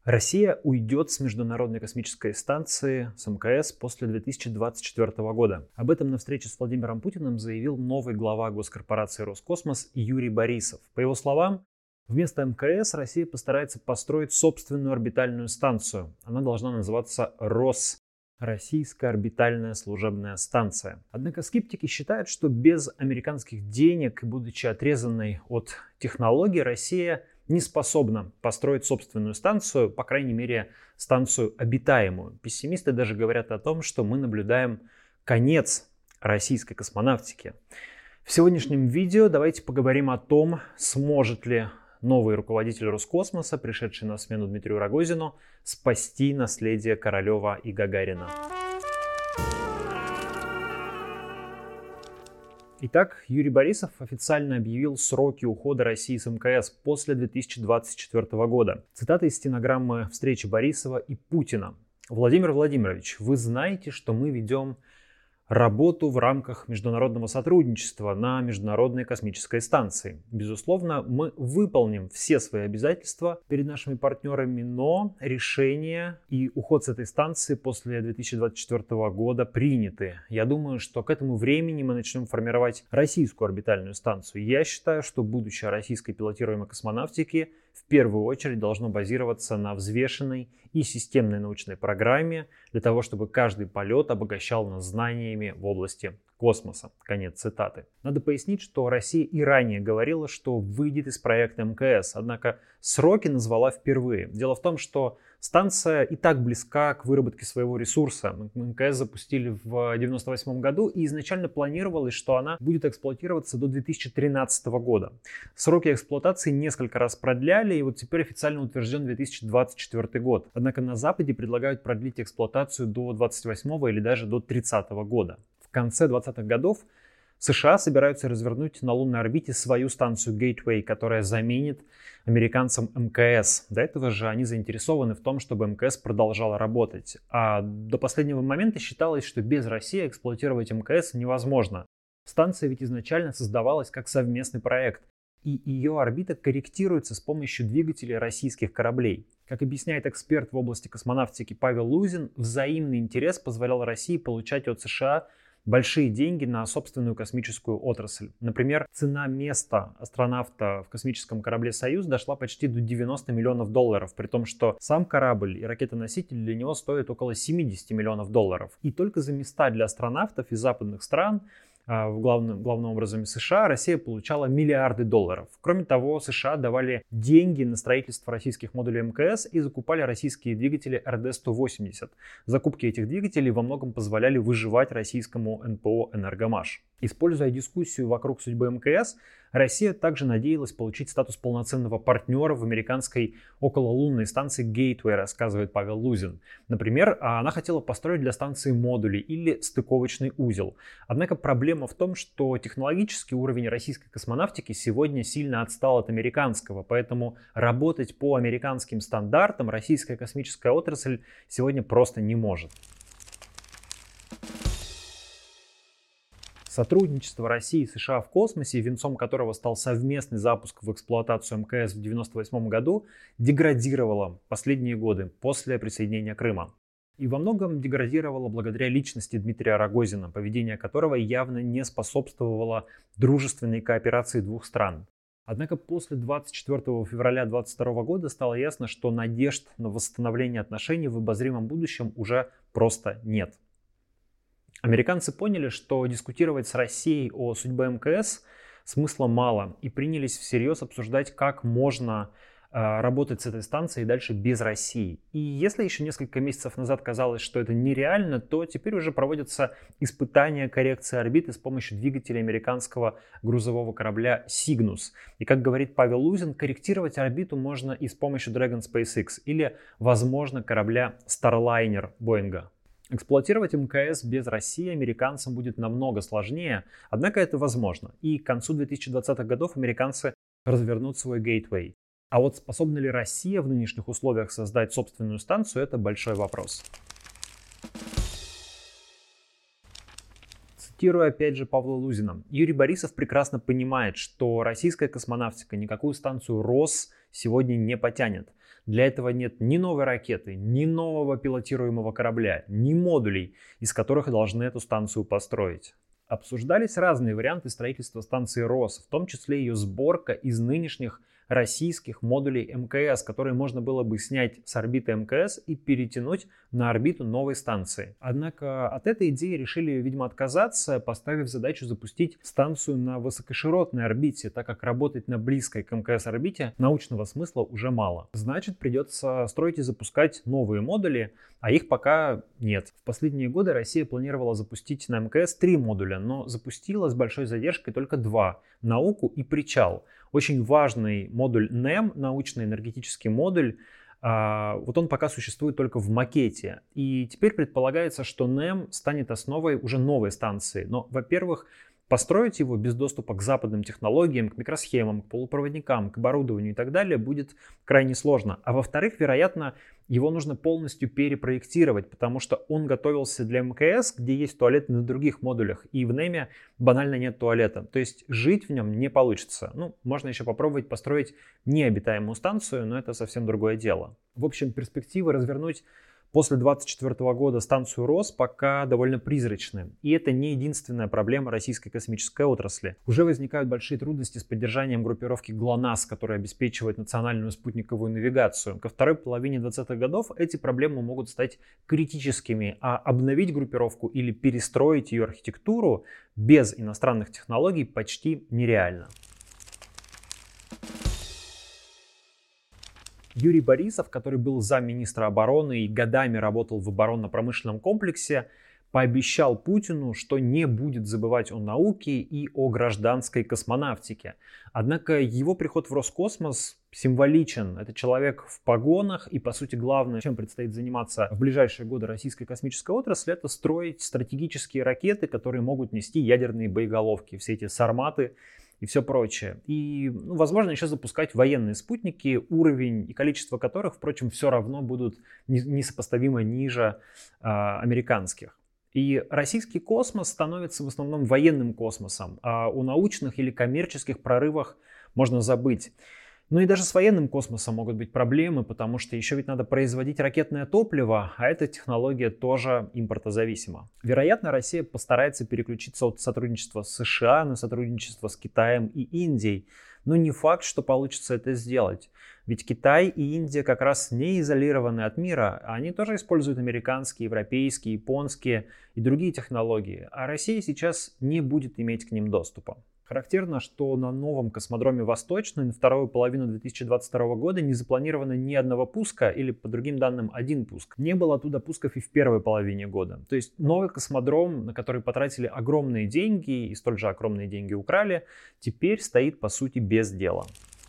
Россия уйдет с Международной космической станции, с МКС, после 2024 года. Об этом на встрече с Владимиром Путиным заявил новый глава госкорпорации «Роскосмос» Юрий Борисов. По его словам, вместо МКС Россия постарается построить собственную орбитальную станцию. Она должна называться РОС. Российская орбитальная служебная станция. Однако скептики считают, что без американских денег и будучи отрезанной от технологий, Россия не способна построить собственную станцию, по крайней мере, станцию обитаемую. Пессимисты даже говорят о том, что мы наблюдаем конец российской космонавтики. В сегодняшнем видео давайте поговорим о том, сможет ли новый руководитель Роскосмоса, пришедший на смену Дмитрию Рогозину, спасти наследие Королева и Гагарина. Итак, Юрий Борисов официально объявил сроки ухода России с МКС после 2024 года. Цитата из стенограммы встречи Борисова и Путина. Владимир Владимирович, вы знаете, что мы ведем работу в рамках международного сотрудничества на Международной космической станции. Безусловно, мы выполним все свои обязательства перед нашими партнерами, но решение и уход с этой станции после 2024 года приняты. Я думаю, что к этому времени мы начнем формировать российскую орбитальную станцию. Я считаю, что будущее российской пилотируемой космонавтики в первую очередь должно базироваться на взвешенной и системной научной программе для того, чтобы каждый полет обогащал нас знаниями в области космоса. Конец цитаты. Надо пояснить, что Россия и ранее говорила, что выйдет из проекта МКС, однако сроки назвала впервые. Дело в том, что станция и так близка к выработке своего ресурса. МКС запустили в 1998 году, и изначально планировалось, что она будет эксплуатироваться до 2013 года. Сроки эксплуатации несколько раз продляли, и вот теперь официально утвержден 2024 год. Однако на Западе предлагают продлить эксплуатацию до 2028 или даже до 2030 года. В конце 20-х годов США собираются развернуть на лунной орбите свою станцию Gateway, которая заменит американцам МКС. До этого же они заинтересованы в том, чтобы МКС продолжала работать. А до последнего момента считалось, что без России эксплуатировать МКС невозможно. Станция ведь изначально создавалась как совместный проект, и ее орбита корректируется с помощью двигателей российских кораблей. Как объясняет эксперт в области космонавтики Павел Лузин, взаимный интерес позволял России получать от США большие деньги на собственную космическую отрасль. Например, цена места астронавта в космическом корабле «Союз» дошла почти до $90 миллионов, при том, что сам корабль и ракетоноситель для него стоят около $70 миллионов. И только за места для астронавтов из западных стран, главным образом из США, Россия получала миллиарды долларов. Кроме того, США давали деньги на строительство российских модулей МКС и закупали российские двигатели РД-180. Закупки этих двигателей во многом позволяли выживать российскому НПО «Энергомаш». Используя дискуссию вокруг судьбы МКС, Россия также надеялась получить статус полноценного партнера в американской окололунной станции Gateway, рассказывает Павел Лузин. Например, она хотела построить для станции модули или стыковочный узел. Однако проблема в том, что технологический уровень российской космонавтики сегодня сильно отстал от американского, поэтому работать по американским стандартам российская космическая отрасль сегодня просто не может. Сотрудничество России и США в космосе, венцом которого стал совместный запуск в эксплуатацию МКС в 1998 году, деградировало последние годы после присоединения Крыма. И во многом деградировало благодаря личности Дмитрия Рогозина, поведение которого явно не способствовало дружественной кооперации двух стран. Однако после 24 февраля 2022 года стало ясно, что надежд на восстановление отношений в обозримом будущем уже просто нет. Американцы поняли, что дискутировать с Россией о судьбе МКС смысла мало, и принялись всерьез обсуждать, как можно работать с этой станцией дальше без России. И если еще несколько месяцев назад казалось, что это нереально, то теперь уже проводятся испытания коррекции орбиты с помощью двигателя американского грузового корабля Cygnus. И, как говорит Павел Лузин, корректировать орбиту можно и с помощью Dragon SpaceX или, возможно, корабля Starliner Боинга. Эксплуатировать МКС без России американцам будет намного сложнее, однако это возможно. И к концу 2020-х годов американцы развернут свой Gateway. А вот способна ли Россия в нынешних условиях создать собственную станцию, это большой вопрос. Цитирую опять же Павла Лузина. Юрий Борисов прекрасно понимает, что российская космонавтика никакую станцию РОС сегодня не потянет. Для этого нет ни новой ракеты, ни нового пилотируемого корабля, ни модулей, из которых должны эту станцию построить. Обсуждались разные варианты строительства станции РОС, в том числе ее сборка из нынешних российских модулей МКС, которые можно было бы снять с орбиты МКС и перетянуть на орбиту новой станции. Однако от этой идеи решили, видимо, отказаться, поставив задачу запустить станцию на высокоширотной орбите, так как работать на близкой к МКС орбите научного смысла уже мало. Значит, придется строить и запускать новые модули, а их пока нет. В последние годы Россия планировала запустить на мкс 3 модуля, но запустила с большой задержкой только 2 — науку и причал. Очень важный модуль НЭМ, научно-энергетический модуль, вот он пока существует только в макете. И теперь предполагается, что НЭМ станет основой уже новой станции. Но, во-первых, построить его без доступа к западным технологиям, к микросхемам, к полупроводникам, к оборудованию и так далее будет крайне сложно. А во-вторых, вероятно, его нужно полностью перепроектировать, потому что он готовился для МКС, где есть туалеты на других модулях, и в НЭМе банально нет туалета. То есть жить в нем не получится. Можно еще попробовать построить необитаемую станцию, но это совсем другое дело. В общем, перспективы развернуть после 2024 года станцию РОС пока довольно призрачны. И это не единственная проблема российской космической отрасли. Уже возникают большие трудности с поддержанием группировки ГЛОНАСС, которая обеспечивает национальную спутниковую навигацию. Ко второй половине 20-х годов эти проблемы могут стать критическими, а обновить группировку или перестроить ее архитектуру без иностранных технологий почти нереально. Юрий Борисов, который был замминистра обороны и годами работал в оборонно-промышленном комплексе, пообещал Путину, что не будет забывать о науке и о гражданской космонавтике. Однако его приход в Роскосмос символичен. Это человек в погонах, и, по сути, главное, чем предстоит заниматься в ближайшие годы российской космической отрасли, это строить стратегические ракеты, которые могут нести ядерные боеголовки, все эти сарматы и все прочее. И, возможно, еще запускать военные спутники, уровень и количество которых, впрочем, все равно будут несопоставимо ниже американских. И российский космос становится в основном военным космосом, а о научных или коммерческих прорывах можно забыть. И даже с военным космосом могут быть проблемы, потому что еще ведь надо производить ракетное топливо, а эта технология тоже импортозависима. Вероятно, Россия постарается переключиться от сотрудничества с США на сотрудничество с Китаем и Индией. Но не факт, что получится это сделать. Ведь Китай и Индия как раз не изолированы от мира. Они тоже используют американские, европейские, японские и другие технологии. А Россия сейчас не будет иметь к ним доступа. Характерно, что на новом космодроме Восточный на вторую половину 2022 года не запланировано ни одного пуска, или, по другим данным, один пуск. Не было оттуда пусков и в первой половине года. То есть новый космодром, на который потратили огромные деньги и столь же огромные деньги украли, теперь стоит, по сути, без дела.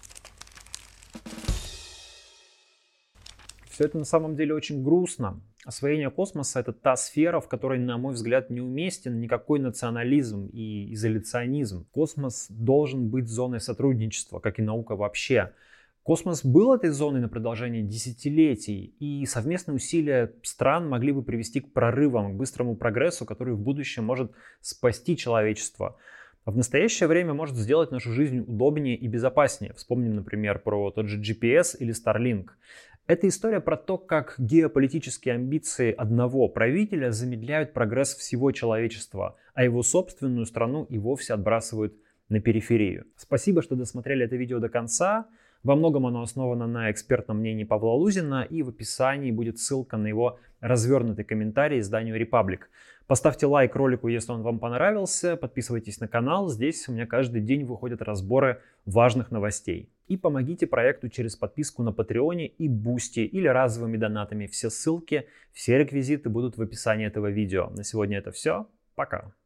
Все это на самом деле очень грустно. Освоение космоса — это та сфера, в которой, на мой взгляд, неуместен никакой национализм и изоляционизм. Космос должен быть зоной сотрудничества, как и наука вообще. Космос был этой зоной на продолжении десятилетий, и совместные усилия стран могли бы привести к прорывам, к быстрому прогрессу, который в будущем может спасти человечество. А в настоящее время может сделать нашу жизнь удобнее и безопаснее. Вспомним, например, про тот же GPS или Starlink. Это история про то, как геополитические амбиции одного правителя замедляют прогресс всего человечества, а его собственную страну и вовсе отбрасывают на периферию. Спасибо, что досмотрели это видео до конца. Во многом оно основано на экспертном мнении Павла Лузина, и в описании будет ссылка на его развернутый комментарий изданию Republic. Поставьте лайк ролику, если он вам понравился, подписывайтесь на канал, здесь у меня каждый день выходят разборы важных новостей. И помогите проекту через подписку на Патреоне и Бусти или разовыми донатами. Все ссылки, все реквизиты будут в описании этого видео. На сегодня это все. Пока.